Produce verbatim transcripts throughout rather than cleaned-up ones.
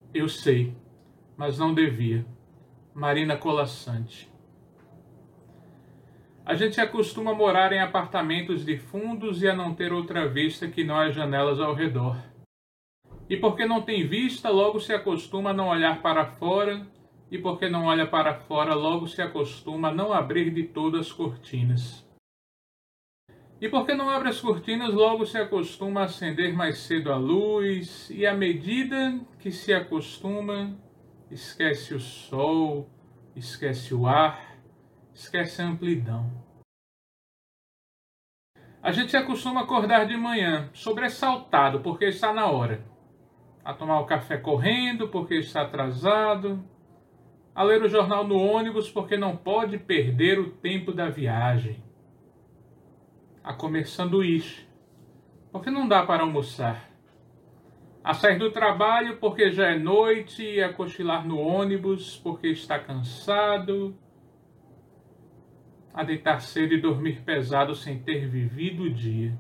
Eu sei, mas não devia. Marina Colasanti. A gente acostuma morar em apartamentos de fundos e a não ter outra vista que não as janelas ao redor. E porque não tem vista, logo se acostuma a não olhar para fora, e porque não olha para fora, logo se acostuma a não abrir de todo as cortinas. E porque não abre as cortinas, logo se acostuma a acender mais cedo a luz, e à medida que se acostuma, esquece o sol, esquece o ar, esquece a amplidão. A gente se acostuma a acordar de manhã, sobressaltado, porque está na hora. A tomar o café correndo, porque está atrasado. A ler o jornal no ônibus, porque não pode perder o tempo da viagem. A comer sanduíche, porque não dá para almoçar. A sair do trabalho, porque já é noite, e a cochilar no ônibus, porque está cansado. A deitar cedo e dormir pesado sem ter vivido o dia.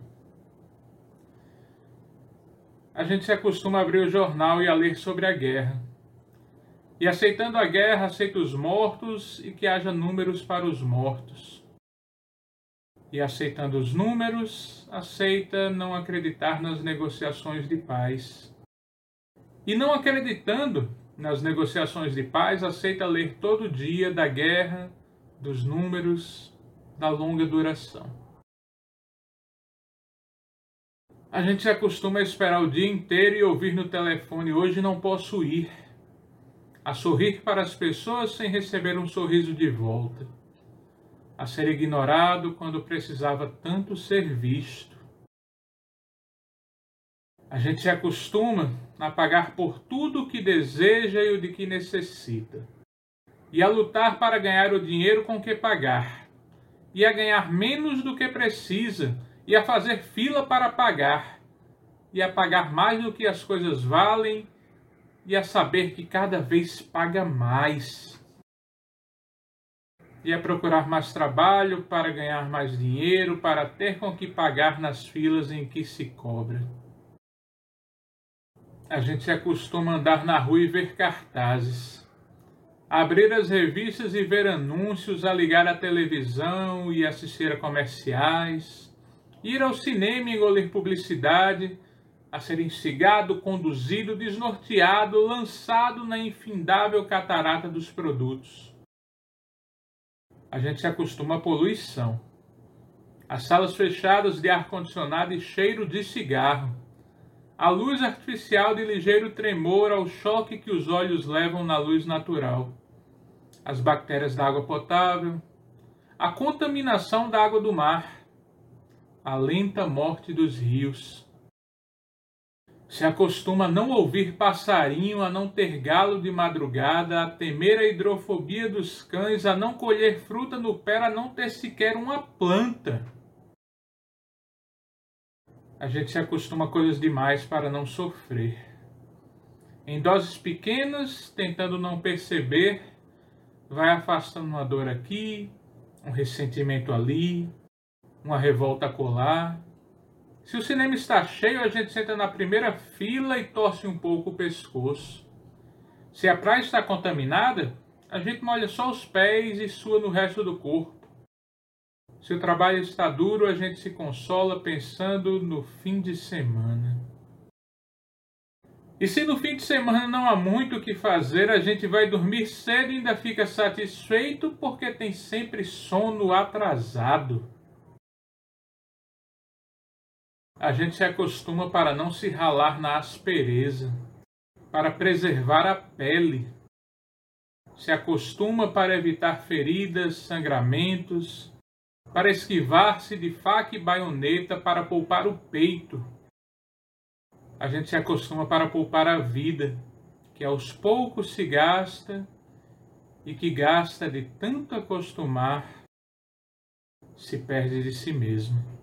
A gente se acostuma a abrir o jornal e a ler sobre a guerra. E aceitando a guerra, aceita os mortos e que haja números para os mortos. E aceitando os números, aceita não acreditar nas negociações de paz. E não acreditando nas negociações de paz, aceita ler todo dia da guerra, dos números, da longa duração. A gente se acostuma a esperar o dia inteiro e ouvir no telefone: hoje não posso ir. A sorrir para as pessoas sem receber um sorriso de volta. A ser ignorado quando precisava tanto ser visto. A gente se acostuma a pagar por tudo o que deseja e o de que necessita. E a lutar para ganhar o dinheiro com que pagar. E a ganhar menos do que precisa. E a fazer fila para pagar. E a pagar mais do que as coisas valem. E a saber que cada vez paga mais. E a procurar mais trabalho para ganhar mais dinheiro, para ter com que pagar nas filas em que se cobra. A gente se acostuma a andar na rua e ver cartazes, a abrir as revistas e ver anúncios, a ligar a televisão e assistir a comerciais, ir ao cinema e engolir publicidade, a ser instigado, conduzido, desnorteado, lançado na infindável catarata dos produtos. A gente se acostuma à poluição, às salas fechadas de ar-condicionado e cheiro de cigarro, à luz artificial de ligeiro tremor, ao choque que os olhos levam na luz natural, às bactérias da água potável, à contaminação da água do mar, à lenta morte dos rios. Se acostuma a não ouvir passarinho, a não ter galo de madrugada, a temer a hidrofobia dos cães, a não colher fruta no pé, a não ter sequer uma planta. A gente se acostuma a coisas demais para não sofrer. Em doses pequenas, tentando não perceber, vai afastando uma dor aqui, um ressentimento ali, uma revolta acolá. Se o cinema está cheio, a gente senta na primeira fila e torce um pouco o pescoço. Se a praia está contaminada, a gente molha só os pés e sua no resto do corpo. Se o trabalho está duro, a gente se consola pensando no fim de semana. E se no fim de semana não há muito o que fazer, a gente vai dormir cedo e ainda fica satisfeito porque tem sempre sono atrasado. A gente se acostuma para não se ralar na aspereza, para preservar a pele. Se acostuma para evitar feridas, sangramentos, para esquivar-se de faca e baioneta, para poupar o peito. A gente se acostuma para poupar a vida, que aos poucos se gasta e que gasta de tanto acostumar, se perde de si mesmo.